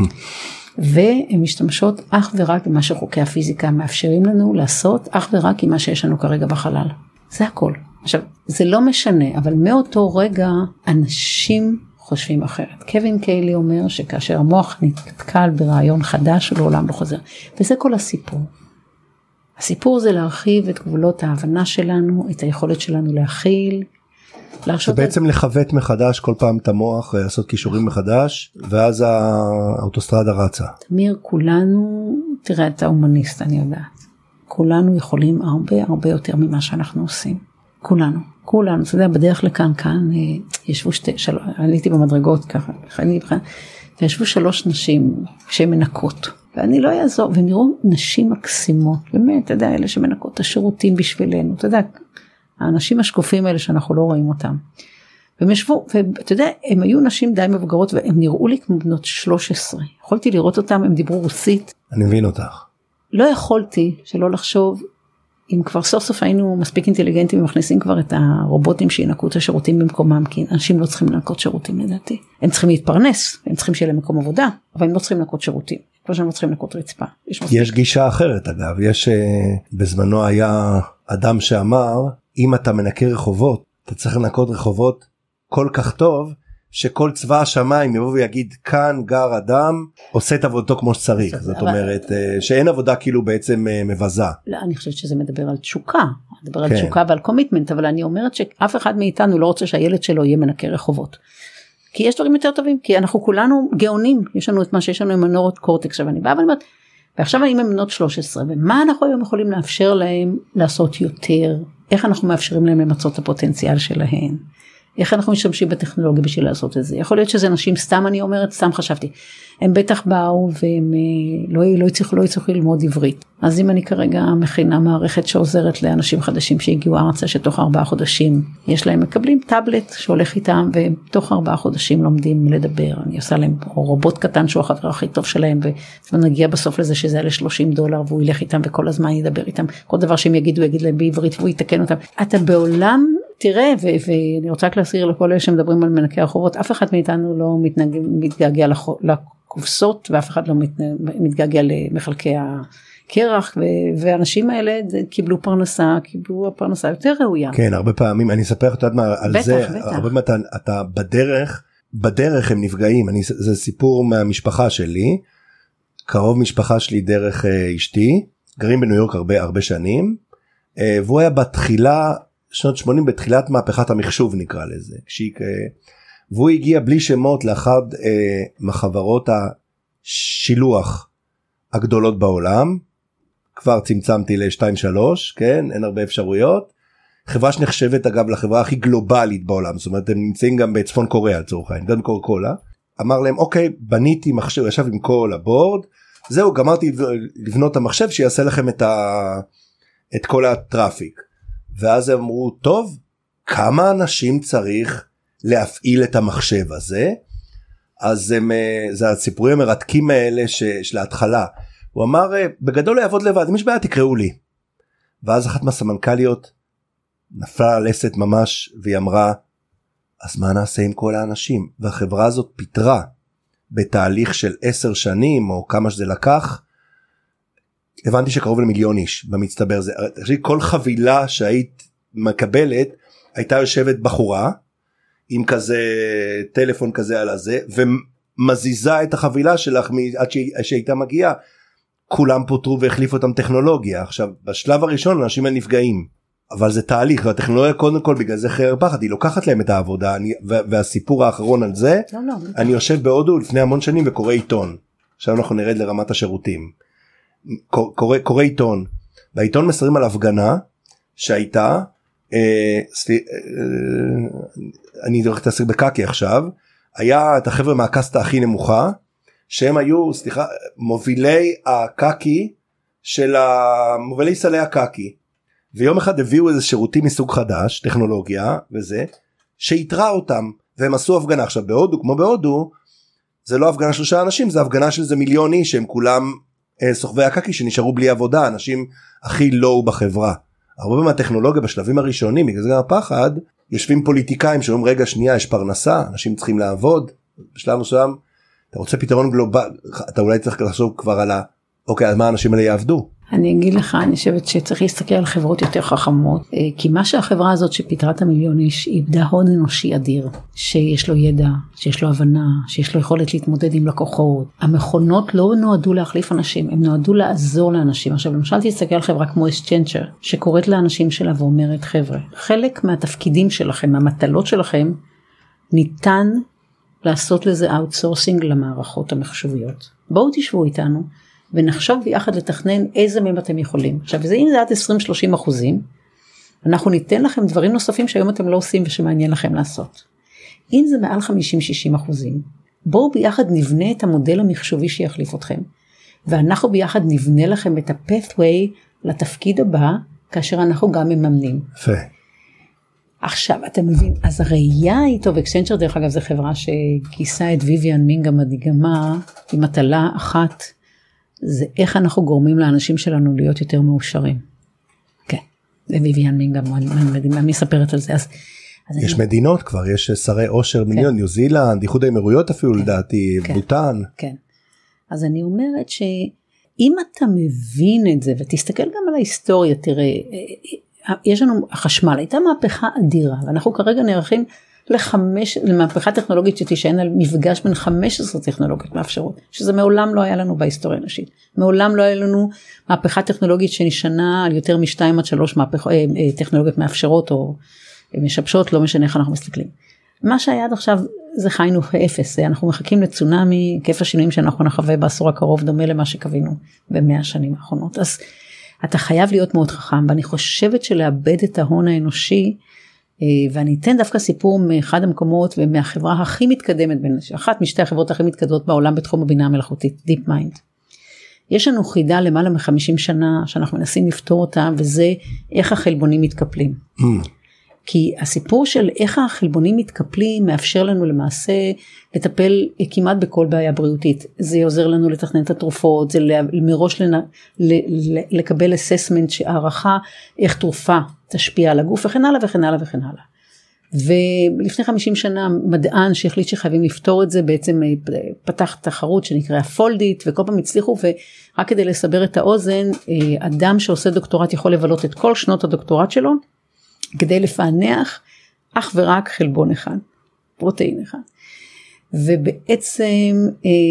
והן משתמשות אך ורק במה שחוקי הפיזיקה מאפשרים לנו לעשות, אך ורק עם מה שיש לנו כרגע בחלל. זה הכל. עכשיו, זה לא משנה, אבל מאותו רגע אנשים חושבים אחרת. קווין קיילי אומר שכאשר המוח נתקל ברעיון חדש, הוא לעולם לא חוזר. וזה כל הסיפור. הסיפור זה להרחיב את גבולות ההבנה שלנו, את היכולת שלנו להכיל, זה בעצם לחוות מחדש כל פעם את המוח, לעשות קישורים מחדש, ואז האוטוסטרדה רצה. תמיר, כולנו, תראה את ההומניסט, אני יודעת, כולנו יכולים הרבה הרבה יותר ממה שאנחנו עושים. כולנו, כולנו, אתה יודע, בדרך לכאן, כאן, ישבו שתי, שלוש, עליתי במדרגות ככה, וישבו שלוש נשים שמנקות, ואני לא אעזור, והם נראו נשים מקסימות, באמת, אתה יודע, אלה שמנקות את השירותים בשבילנו, אתה יודע, האנשים השקופים האלה שאנחנו לא רואים אותם. והם ישבו, ואתה יודע, הם היו נשים די מבוגרות, והם נראו לי כמו בנות שלוש עשרה. יכולתי לראות אותם, הם דיברו רוסית. אני מבין אותך. לא יכולתי שלא לחשוב, אם כבר סוף סוף היינו מספיק אינטליגנטים ומכניסים כבר את הרובוטים שינקו את השירותים במקומם, כי אנשים לא צריכים לנקות שירותים לדעתי. הם צריכים להתפרנס, הם צריכים שיהיה להם מקום עבודה, אבל הם לא צריכים לנקות שירותים. כמו שהם לא צריכים לנקות רצפה. יש, יש גישה אחרת אגב, יש, בזמנו היה אדם שאמר, אם אתה מנקה רחובות, אתה צריך לנקות רחובות כל כך טוב, שכל צבא השמיים יבוא ויגיד כאן גר אדם עושה את עבודתו כמו שצריך, זאת אומרת שאין עבודה כאילו בעצם מבזה. לא, אני חושבת שזה מדבר על תשוקה, מדבר על תשוקה ועל קומיטמנט, אבל אני אומרת שאף אחד מאיתנו לא רוצה שהילד שלו יהיה מנקה רחובות, כי יש דברים יותר טובים, כי אנחנו כולנו גאונים, יש לנו את מה שיש לנו עם הנורות קורטקס, עכשיו אני באה ואני אומרת, ועכשיו אני ממנות שלוש עשרה, ומה אנחנו היום יכולים לאפשר להם לעשות יותר, איך אנחנו מאפשרים להם למצות את הפוטנציאל שלהם, איך אנחנו משתמשים בטכנולוגיה בשביל לעשות את זה. יכול להיות שזה אנשים, סתם אני אומרת, סתם חשבתי, הם בטח באו והם לא, לא יצטרכו, לא יצטרכו ללמוד עברית. אז אם אני כרגע מכינה מערכת שעוזרת לאנשים חדשים שהגיעו ארצה, שתוך ארבעה חודשים יש להם, מקבלים טאבלט שהולך איתם, ותוך ארבעה חודשים לומדים לדבר. אני עושה להם או רובוט קטן שהוא החבר הכי טוב שלהם, ונגיע בסוף לזה שזה היה ל-שלושים דולר, והוא ילך איתם וכל הזמן ידבר איתם. כל דבר שהם יגידו, יגיד להם בעברית, והוא יתקן אותם. אתה בעולם תראה, ואני רוצה רק להזכיר לכל אלה שמדברים על מנקי הרחובות, אף אחד מאיתנו לא מתגעגע לקופסות, ואף אחד לא מתגעגע למחלקי הקרח, ואנשים האלה קיבלו פרנסה, קיבלו הפרנסה יותר ראויה. כן, הרבה פעמים, אני אספר לך על זה, הרבה פעמים אתה בדרך, בדרך הם נפגעים, זה סיפור מהמשפחה שלי, קרוב משפחה שלי דרך אשתי, גרים בניו יורק הרבה הרבה שנים, והוא היה בתחילה, שנות שמונים בתחילת מהפכת המחשוב נקרא לזה, והוא הגיע בלי שמות לאחד אה, מחברות השילוח הגדולות בעולם, כבר צמצמתי ל-שתיים שלוש, כן, אין הרבה אפשרויות, חברה שנחשבת אגב לחברה הכי גלובלית בעולם, זאת אומרת הם נמצאים גם בצפון קוריאה לצורך העניין, גם קורא קולה, אמר להם אוקיי בניתי מחשב, ישב עם כל הבורד, זהו גמרתי לבנות המחשב שיעשה לכם את, ה... את כל הטראפיק, ואז הם אמרו, טוב, כמה אנשים צריך להפעיל את המחשב הזה? אז הם, זה הסיפורים המרתקים האלה ש, של ההתחלה. הוא אמר, בגדול לא יעבוד לבד, אם יש בעיה תקראו לי. ואז אחת מהסמנכליות נפלה על לסת ממש, והיא אמרה, אז מה נעשה עם כל האנשים? והחברה הזאת פיתרה בתהליך של עשר שנים, או כמה שזה לקח, הבנתי שקרוב למיליון איש במצטבר זה. כל חבילה שהיית מקבלת הייתה יושבת בחורה עם כזה טלפון כזה על הזה ומזיזה את החבילה שלך עד שהייתה מגיעה. כולם פותרו והחליפו אותם טכנולוגיה. עכשיו בשלב הראשון אנשים הם נפגעים, אבל זה תהליך, והטכנולוגיה קודם כל בגלל זה חרר פחד, היא לוקחת להם את העבודה. אני, והסיפור האחרון על זה, לא, לא, אני יושב בהודו לפני המון שנים וקורא עיתון. עכשיו אנחנו נרד לרמת השירותים. קורא, קורא עיתון, בעיתון מסרים על הפגנה שהייתה, אה, סלי, אה, אני הולך להתעסק בקקי עכשיו, היה את החבר'ה מהקסטה הכי נמוכה, שהם היו, סליחה, מובילי הקקי של המובילי סלי הקקי, ויום אחד הביאו איזה שירותים מסוג חדש, טכנולוגיה וזה, שהתראה אותם, והם עשו הפגנה. עכשיו בהודו, כמו בהודו, זה לא הפגנה שלושה אנשים, זה הפגנה של איזה מיליון איש, שהם כולם סוחבי הקקי שנשארו בלי עבודה, אנשים הכי לואו בחברה. הרבה מהטכנולוגיה בשלבים הראשונים, בגלל זה גם הפחד, יושבים פוליטיקאים שאומרים רגע שנייה יש פרנסה, אנשים צריכים לעבוד, בשלב מסוים, אתה רוצה פתרון גלובלי, אתה אולי צריך לחשוב כבר על ה, אוקיי, על מה האנשים האלה יעבדו. אני אגיד לך, אני חושבת שצריך להסתכל על חברות יותר חכמות, כי מה שהחברה הזאת שפיתרה את המיליון איש, איבדה הון אנושי אדיר, שיש לו ידע, שיש לו הבנה, שיש לו יכולת להתמודד עם לקוחות. המכונות לא נועדו להחליף אנשים, הם נועדו לעזור לאנשים. עכשיו, למשל תסתכל על חברה כמו אסצ'נצ'ר, שקוראת לאנשים שלה ואומרת, חבר'ה, חלק מהתפקידים שלכם, מהמטלות שלכם, ניתן לעשות לזה אאוטסורסינג למערכות המחשוביות. בואו תשבו איתנו, ונחשוב ביחד לתכנן איזה מהם אתם יכולים. עכשיו, אם זה עד עשרים שלושים אחוזים, אנחנו ניתן לכם דברים נוספים שהיום אתם לא עושים ושמעניין לכם לעשות. אם זה מעל חמישים שישים אחוזים, בואו ביחד נבנה את המודל המחשובי שיחליף אתכם, ואנחנו ביחד נבנה לכם את ה-pathway לתפקיד הבא, כאשר אנחנו גם מממנים. יפה. עכשיו, אתה מבין, אז הראייה היא טוב, אקסנצ'ר דרך אגב זו חברה שכיסה את ויויאן מינגה מדגימה, עם מטלה אחת, זה איך אנחנו גורמים לאנשים שלנו להיות יותר מאושרים. כן. ויויאן מינג גם, אני מספרת על זה. אז, אז יש אני... מדינות כבר, יש שרי עושר מיליון, כן. ניו זילנד, איחוד האמירויות אפילו, כן. לדעתי, כן. בוטן. כן. אז אני אומרת שאם אתה מבין את זה, ותסתכל גם על ההיסטוריה, תראה, יש לנו, החשמל הייתה מהפכה אדירה, ואנחנו כרגע נערכים לחמש, למהפכה טכנולוגית שתישען על מפגש בין חמש עשרה טכנולוגיות מאפשרות, שזה מעולם לא היה לנו בהיסטוריה האנושית. מעולם לא היה לנו מהפכה טכנולוגית שנשענה על יותר משתיים עד שלוש מהפכ... טכנולוגיות מאפשרות או משבשות, לא משנה איך אנחנו מסתכלים. מה שהיה עד עכשיו זה חיינו אפס, אנחנו מחכים לצונאמי, כיף השינויים שאנחנו נחווה בעשור הקרוב דומה למה שקווינו במאה השנים האחרונות. אז אתה חייב להיות מאוד חכם, ואני חושבת שלאבד את ההון האנושי, ואני אתן דווקא סיפור מאחד המקומות ומהחברה הכי מתקדמת, אחת משתי החברות הכי מתקדמות בעולם בתחום הבינה המלאכותית, DeepMind. יש לנו חידה למעלה מ-חמישים שנה שאנחנו מנסים לפתור אותה, וזה איך החלבונים מתקפלים. Mm. כי הסיפור של איך החלבונים מתקפלים מאפשר לנו למעשה לטפל כמעט בכל בעיה בריאותית. זה עוזר לנו לתכנן את התרופות, זה מראש לנ... לקבל אססמנט שהערכה איך תרופה תשפיע על הגוף וכן הלאה וכן הלאה וכן הלאה. ולפני חמישים שנה מדען שהחליט שחייבים לפתור את זה בעצם פתח תחרות שנקרא פולדיט, וכל פעם הצליחו, ורק כדי לסבר את האוזן, אדם שעושה דוקטורט יכול לבלות את כל שנות הדוקטורט שלו, כדי לפענח אך ורק חלבון אחד, פרוטאין אחד. ובעצם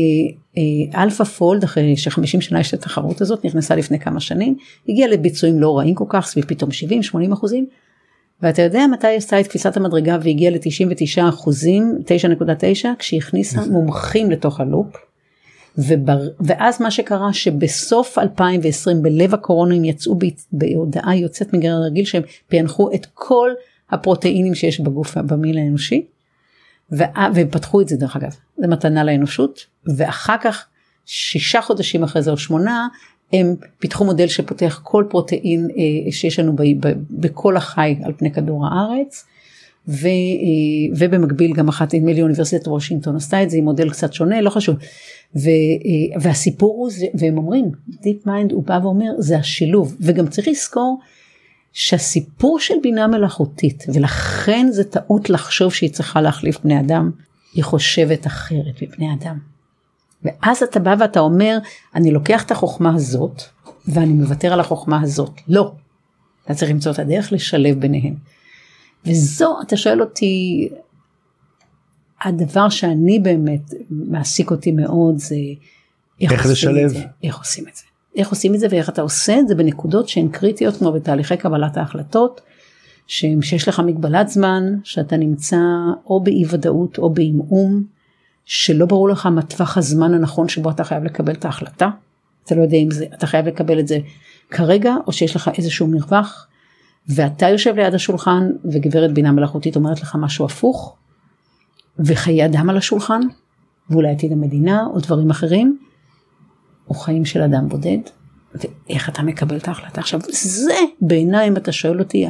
אלפא פולד, אחרי ש-חמישים שנה יש את התחרות הזאת, נכנסה לפני כמה שנים, הגיעה לביצועים לא רעים כל כך, סביב פתאום שבעים שמונים אחוזים, ואתה יודע מתי עשתה את קפיצת המדרגה והגיעה ל-תשעים ותשעה אחוזים, תשע נקודה תשע, כשהיא הכניסה מומחים לתוך הלופ, ובר... ואז מה שקרה שבסוף אלפיים ועשרים בלב הקורונה הם יצאו בהודעה יוצאת מגרר רגיל שהם פענחו את כל הפרוטאינים שיש בגוף במין האנושי, ו... ופתחו את זה דרך אגב, זה מתנה לאנושות, ואחר כך שישה חודשים אחרי זה או שמונה, הם פיתחו מודל שפותח כל פרוטאין אה, שיש לנו ב... ב... בכל החי על פני כדור הארץ, ו... אה, ובמקביל גם אחת עם מילי אוניברסיטת וושינגטון עשתה את זה, עם מודל קצת שונה, לא חשוב, ו, והסיפור הוא, והם אומרים, DeepMind הוא בא ואומר, זה השילוב, וגם צריך לזכור, שהסיפור של בינה מלאכותית, ולכן זה טעות לחשוב שהיא צריכה להחליף בני אדם, היא חושבת אחרת בבני אדם. ואז אתה בא ואתה אומר, אני לוקח את החוכמה הזאת, ואני מוותר על החוכמה הזאת. לא. אתה צריך למצוא את הדרך לשלב ביניהם. וזו, אתה שואל אותי, הדבר שאני באמת מעסיק אותי מאוד זה איך, איך לשלב, זה, איך עושים את זה, איך עושים את זה ואיך אתה עושה את זה בנקודות שהן קריטיות כמו בתהליכי קבלת ההחלטות, שיש לך מגבלת זמן, שאתה נמצא או באי ודאות או באימום, שלא ברור לך מה טווח הזמן הנכון שבו אתה חייב לקבל את ההחלטה, אתה לא יודע אם זה, אתה חייב לקבל את זה כרגע או שיש לך איזשהו מרווח, ואתה יושב ליד השולחן וגברת בינה מלאכותית אומרת לך משהו הפוך, וחיי אדם על השולחן, ואולי עתיד המדינה, או דברים אחרים, או חיים של אדם בודד, ואיך אתה מקבל את ההחלטה. עכשיו, זה בעיניי, אם אתה שואל אותי,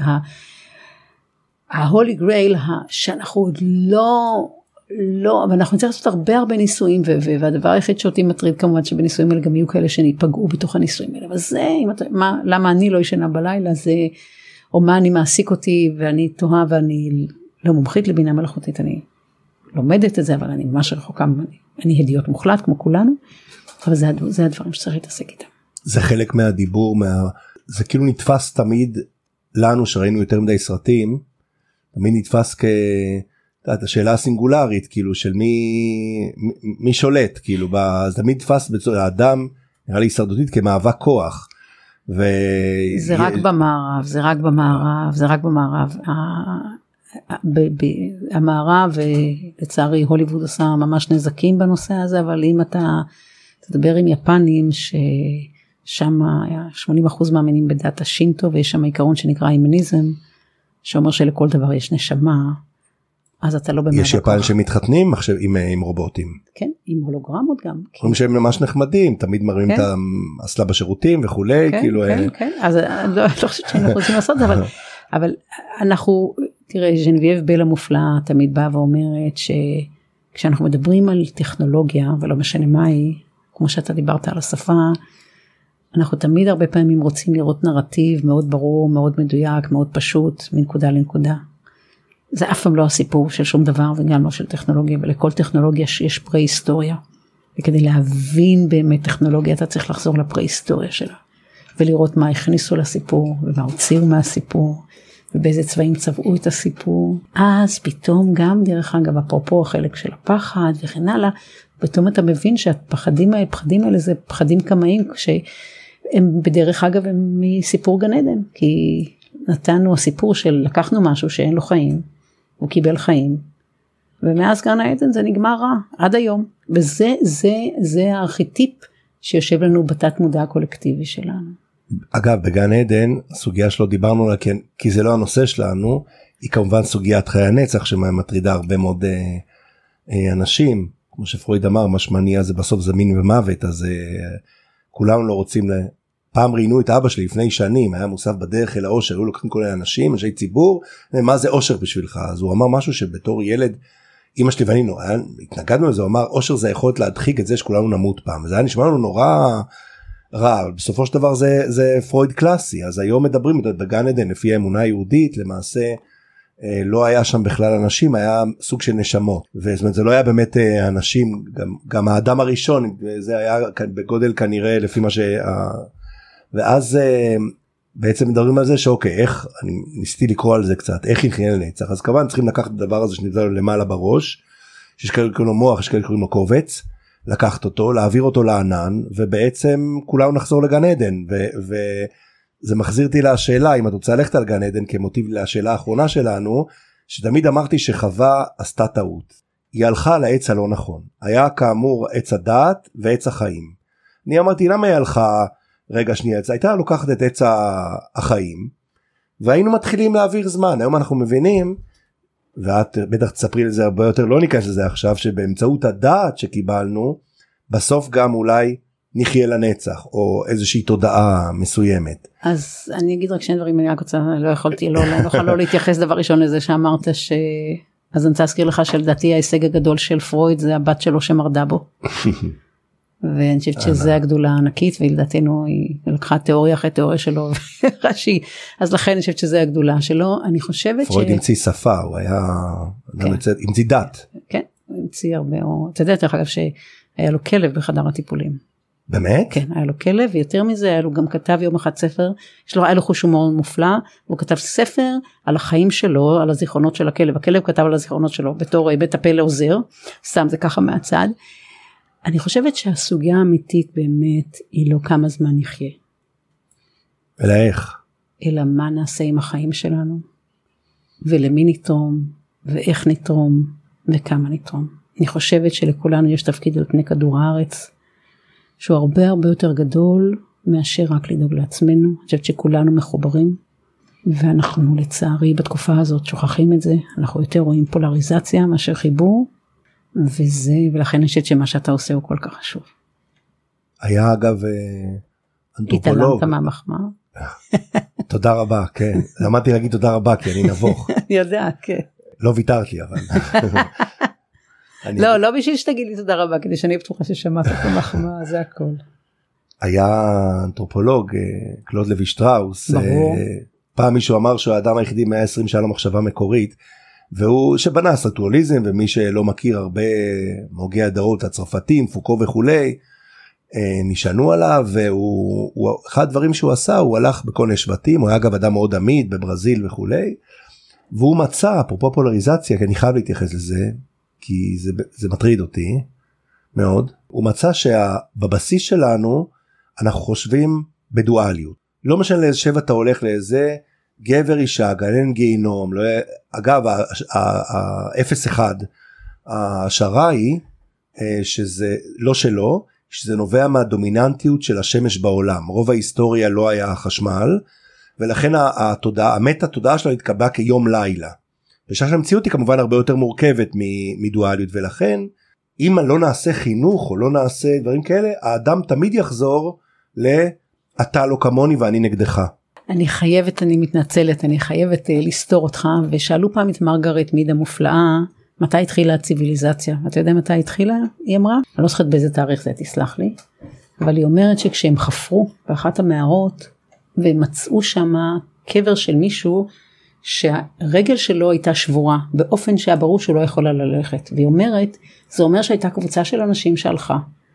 ההולי גרייל, שאנחנו עוד לא, לא, אבל אנחנו נצטרך לעשות הרבה הרבה ניסויים, והדבר היחיד שאותי מטריד כמובן, שבניסויים האלה גם יהיו כאלה שניפגעו בתוך הניסויים האלה, אבל זה, מה, למה אני לא ישנה בלילה, זה, או מה אני מעסיק אותי, ואני תוהה, ואני לא מומחית לבינה מלאכותית, אני לומדת את זה, אבל אני ממש רחוקה, אני, אני הדיוט מוחלט כמו כולנו, אבל זה, זה הדברים שצריך להתעסק איתם. זה חלק מהדיבור, מה, זה כאילו נתפס תמיד לנו שראינו יותר מדי סרטים, תמיד נתפס כ... השאלה הסינגולרית, כאילו של מי, מי שולט, כאילו, זה תמיד נתפס בצורה, האדם, נראה לי הישרדותית, כמאבק כוח. ו... זה רק במערב, זה רק במערב, זה רק במערב. המערב, ולצערי הוליווד עושה ממש נזקים בנושא הזה, אבל אם אתה תדבר עם יפנים, ששם שמונים אחוז מאמינים בדת השינטו, ויש שם עיקרון שנקרא הימניזם, שאומר שלכל דבר יש נשמה, אז אתה לא במאבק. יש יפן שמתחתנים עכשיו עם, עם רובוטים. כן, עם הולוגרמות גם. אומרים שהם ממש נחמדים, תמיד מראים כן. את האסלה בשירותים וכולי. כן, כאילו, כן, כן. אז אני לא, לא חושבת שאנחנו רוצים לעשות את זה, אבל, אבל אנחנו, תראה, ז'נבייב בל המופלאה תמיד באה ואומרת שכשאנחנו מדברים על טכנולוגיה, ולא משנה מה היא, כמו שאתה דיברת על השפה, אנחנו תמיד הרבה פעמים רוצים לראות נרטיב מאוד ברור, מאוד מדויק, מאוד פשוט, מנקודה לנקודה. זה אף פעם לא הסיפור של שום דבר, וגם לא של טכנולוגיה, ולכל טכנולוגיה יש פרה-היסטוריה. וכדי להבין באמת טכנולוגיה, אתה צריך לחזור לפרה-היסטוריה שלה, ולראות מה הכניסו לסיפור, ומה הוציאו מהסיפור, ובאיזה צבעים צבעו את הסיפור. אז פתאום גם, דרך אגב, אפרופו החלק של הפחד וכן הלאה, פתאום אתה מבין שהפחדים האלה, פחדים האלה זה פחדים קמאיים, שהם בדרך אגב הם מסיפור גן עדן, כי נתנו הסיפור של לקחנו משהו שאין לו חיים, הוא קיבל חיים, ומאז גן העדן זה נגמר רע, עד היום. וזה זה, זה הארכיטיפ שיושב לנו בתת מודע הקולקטיבי שלנו. אגב, בגן עדן, הסוגיה שלא דיברנו עליה, כי, כי זה לא הנושא שלנו, היא כמובן סוגיית חיי הנצח, שמטרידה הרבה מאוד אה, אה, אנשים, כמו שפרויד אמר, משמעניה זה בסוף זמין ומוות, אז אה, כולם לא רוצים, ל... פעם ראינו את אבא שלי לפני שנים, היה מוסף בדרך אל האושר, היו לוקחים כל האנשים, אנשי ציבור, מה זה אושר בשבילך? אז הוא אמר משהו שבתור ילד, אמא שלי ואני נורא, התנגדנו לזה, הוא אמר, אושר זה יכולת להדחיק את זה שכולנו נמות פעם, וזה היה נשמע לנו נורא רע, בסופו של דבר זה, זה פרויד קלאסי, אז היום מדברים בגן עדן, לפי האמונה היהודית, למעשה לא היה שם בכלל אנשים, היה סוג של נשמות, וזאת אומרת, זה לא היה באמת אנשים, גם, גם האדם הראשון, זה היה בגודל כנראה לפי מה שה... ואז בעצם מדברים על זה שאוקיי, איך, אני ניסיתי לקרוא על זה קצת, איך יחיה לנצח, אז כמובן צריכים לקחת את הדבר הזה שנמצא לו למעלה בראש, שיש כאלה קוראים לו מוח, יש כאלה קוראים לו קובץ, לקחת אותו, להעביר אותו לענן, ובעצם כולנו נחזור לגן עדן, וזה מחזיר אותי לשאלה, אם את רוצה ללכת על גן עדן, כמוטיב לשאלה האחרונה שלנו, שתמיד אמרתי שחווה עשתה טעות, היא הלכה לעץ הלא נכון, היה כאמור עץ הדעת ועץ החיים, אני אמרתי למה היא הלכה, רגע שנייה, הייתה לוקחת את עץ החיים, והיינו מתחילים להעביר זמן, היום אנחנו מבינים, ואת בטח תספרי לזה הרבה יותר, לא ניכנס לזה עכשיו, שבאמצעות הדעת שקיבלנו, בסוף גם אולי נחיה לנצח, או איזושהי תודעה מסוימת. אז אני אגיד רק שני דברים, אני רק רוצה, לא יכולתי, לא, לא יכול לא להתייחס דבר ראשון לזה שאמרת ש... אז אני רוצה להזכיר לך שלדעתי ההישג הגדול של פרויד, זה הבת שלו שמרדה בו. ואני חושבת שזה הגדולה הענקית, ולדעתנו היא לקחה תיאוריה אחרי תיאוריה שלו, ראשי, אז לכן אני חושבת שזה הגדולה שלו, אני חושבת ש... פרויד המציא שפה, הוא היה, המציא דת. כן, הוא המציא הרבה, אתה יודע, דרך אגב שהיה לו כלב בחדר הטיפולים. באמת? כן, היה לו כלב, ויותר מזה, היה לו גם כתב יום אחד ספר, יש לו, היה לו חוש הומור מופלא, הוא כתב ספר על החיים שלו, על הזיכרונות של הכלב, הכלב כתב על הזיכרונות שלו, בתור בית הפה לעוזר, סתם זה ככה מהצד, אני חושבת שהסוגיה האמיתית באמת היא לא כמה זמן נחיה. אלא איך? אלא מה נעשה עם החיים שלנו, ולמי נתרום, ואיך נתרום, וכמה נתרום. אני חושבת שלכולנו יש תפקיד על פני כדור הארץ, שהוא הרבה הרבה יותר גדול, מאשר רק לדאוג לעצמנו. אני חושבת שכולנו מחוברים, ואנחנו לצערי בתקופה הזאת שוכחים את זה, אנחנו יותר רואים פולריזציה מאשר חיבור, וזה, ולכן אני חושבת שמה שאתה עושה הוא כל כך חשוב. היה אגב אנתרופולוג. התעלמת מהמחמאה. תודה רבה, כן. למדתי להגיד תודה רבה, כי אני נבוך. אני יודעת, כן. לא ויתרת לי, אבל. לא, לא בשביל שתגיד לי תודה רבה, כדי שאני בטוחה ששמעת את המחמאה, זה הכל. היה אנתרופולוג, קלוד לוי שטראוס. ברור. פעם מישהו אמר שהוא האדם היחידי מאה ועשרים שנה מחשבה מקורית, והוא שבנה סטרואליזם, ומי שלא מכיר הרבה מהוגי הדורות הצרפתים, פוקו וכולי, נשענו עליו, והוא, אחד הדברים שהוא עשה, הוא הלך בכל מיני שבטים, הוא היה אגב אדם מאוד עמיד בברזיל וכולי, והוא מצא, אפרופו פולריזציה, כי אני חייב להתייחס לזה, כי זה, זה מטריד אותי מאוד, הוא מצא שבבסיס שלנו, אנחנו חושבים בדואליות, לא משנה לאיזה שבט אתה הולך לאיזה, גבר אישה, גלן גיהינום, לא, אגב, ה-אפס אחד, השערה היא, שזה לא שלו, שזה נובע מהדומיננטיות של השמש בעולם, רוב ההיסטוריה לא היה חשמל, ולכן התודעה, המת התודעה שלו התקבעה כיום לילה, ושעה שהמציאות היא כמובן הרבה יותר מורכבת מדואליות, ולכן אם לא נעשה חינוך, או לא נעשה דברים כאלה, האדם תמיד יחזור לאתה לא כמוני ואני נגדך. אני חייבת, אני מתנצלת, אני חייבת לסתור אותך, ושאלו פעם את מרגרט מיד המופלאה, מתי התחילה הציביליזציה? אתה יודע מתי התחילה? היא אמרה, אני לא זוכרת באיזה תאריך זה, תסלח לי, אבל היא אומרת שכשהם חפרו באחת המערות, ומצאו שם קבר של מישהו, שהרגל שלו הייתה שבורה, באופן שהיה ברור שהוא לא יכולה ללכת. והיא אומרת, זה אומר שהייתה קבוצה של אנשים שהלכה,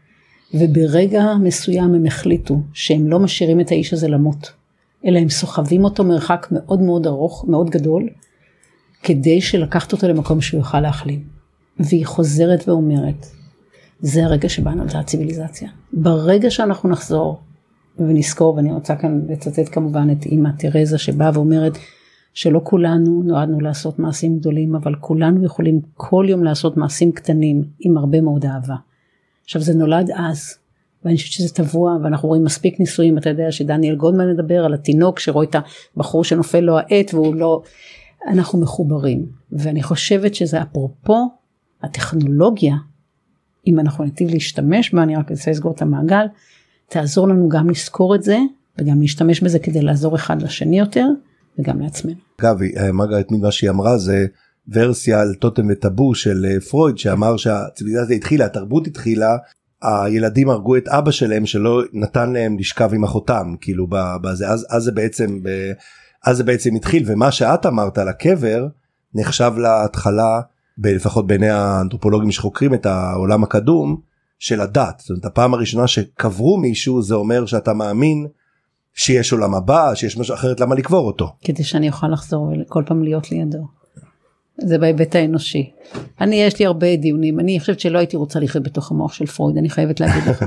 וברגע מסוים הם החליטו, שהם לא משאירים את האיש הזה למות, אלא הם סוחבים אותו מרחק מאוד מאוד ארוך, מאוד גדול, כדי שלקחת אותו למקום שהוא יוכל להחלים. והיא חוזרת ואומרת, זה הרגע שבה נולדה הציביליזציה. ברגע שאנחנו נחזור ונזכור, ואני רוצה כאן לצטט כמובן את אמא תרזה שבאה ואומרת, שלא כולנו נועדנו לעשות מעשים גדולים, אבל כולנו יכולים כל יום לעשות מעשים קטנים עם הרבה מאוד אהבה. עכשיו זה נולד אז, ואני חושבת שזה טבוע, ואנחנו רואים מספיק ניסויים, אתה יודע שדניאל גולדמן מדבר על התינוק שרואה את הבחור שנופל לו העט, והוא לא, אנחנו מחוברים. ואני חושבת שזה אפרופו הטכנולוגיה, אם אנחנו נתיב להשתמש בה, אני רק רוצה לסגור את המעגל, תעזור לנו גם לזכור את זה, וגם להשתמש בזה כדי לעזור אחד לשני יותר, וגם לעצמנו. אגב, מרגרט מיד מה שהיא אמרה זה ורסיה על טוטם וטאבו של פרויד, שאמר שהציביליזציה התחילה, התרבות התחילה, הילדים הרגו את אבא שלהם שלא נתן להם לשכב עם אחותם, כאילו בזה, אז, אז זה בעצם, אז זה בעצם התחיל, ומה שאת אמרת על הקבר, נחשב להתחלה, לפחות בעיני האנתרופולוגים שחוקרים את העולם הקדום, של הדת. זאת אומרת, הפעם הראשונה שקברו מישהו, זה אומר שאתה מאמין, שיש עולם הבא, שיש משהו אחרת, למה לקבור אותו? כדי שאני אוכל לחזור וכל פעם להיות לידו. זה בהיבט האנושי. אני, יש לי הרבה דיונים, אני חושבת שלא הייתי רוצה לחיות בתוך המוח של פרויד, אני חייבת להגיד לך.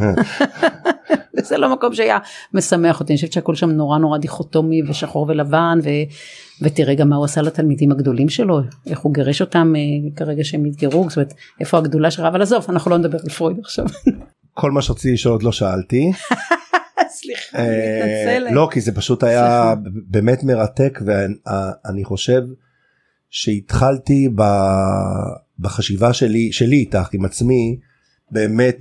זה לא מקום שהיה משמח אותי, אני חושבת שהכל שם נורא נורא דיכוטומי ושחור ולבן, ו... ותראה גם מה הוא עשה לתלמידים הגדולים שלו, איך הוא גרש אותם כרגע שהם התגרו, זאת אומרת, איפה הגדולה שלך, אבל עזוב, אנחנו לא נדבר על פרויד עכשיו. כל מה שרציתי לשאול עוד לא שאלתי. סליחה, אני מתנצלת. לא, כי זה פשוט היה באמת מרתק, ואני חושב שהתחלתי בחשיבה שלי, שלי איתך, עם עצמי, באמת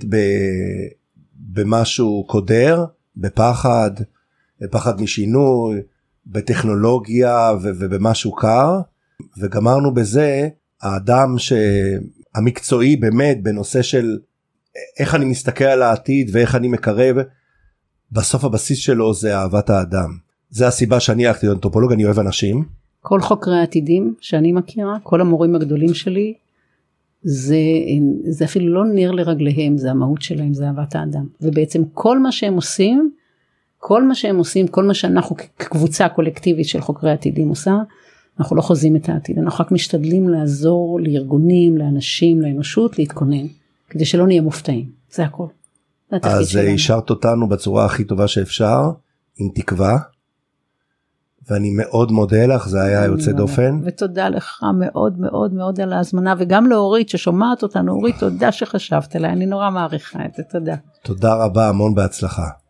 במשהו קודר, בפחד, בפחד משינוי, בטכנולוגיה ובמשהו קר, וגמרנו בזה, האדם המקצועי באמת, בנושא של איך אני מסתכל על העתיד, ואיך אני מקרב, בסוף הבסיס שלו זה אהבת האדם. זה הסיבה שאני הלכתי לאנתרופולוג, אני אוהב אנשים. כל חוקרי העתידים שאני מכירה, כל המורים הגדולים שלי, זה, זה אפילו לא נר לרגליהם, זה המהות שלהם, זה אהבת האדם. ובעצם כל מה שהם עושים, כל מה שהם עושים, כל מה שאנחנו כקבוצה קולקטיבית של חוקרי העתידים עושה, אנחנו לא חוזים את העתיד, אנחנו רק משתדלים לעזור לארגונים, לאנשים, לאנושות, להתכונן, כדי שלא נהיה מופתעים. זה הכל. אז השארת אותנו בצורה הכי טובה שאפשר, עם תקווה, ואני מאוד מודה לך, זה היה יוצא דופן. ותודה לך מאוד מאוד מאוד על ההזמנה, וגם לאורית ששומעת אותנו, אורית, תודה שחשבת עליי, אני נורא מעריכה את זה, תודה. תודה רבה, המון בהצלחה.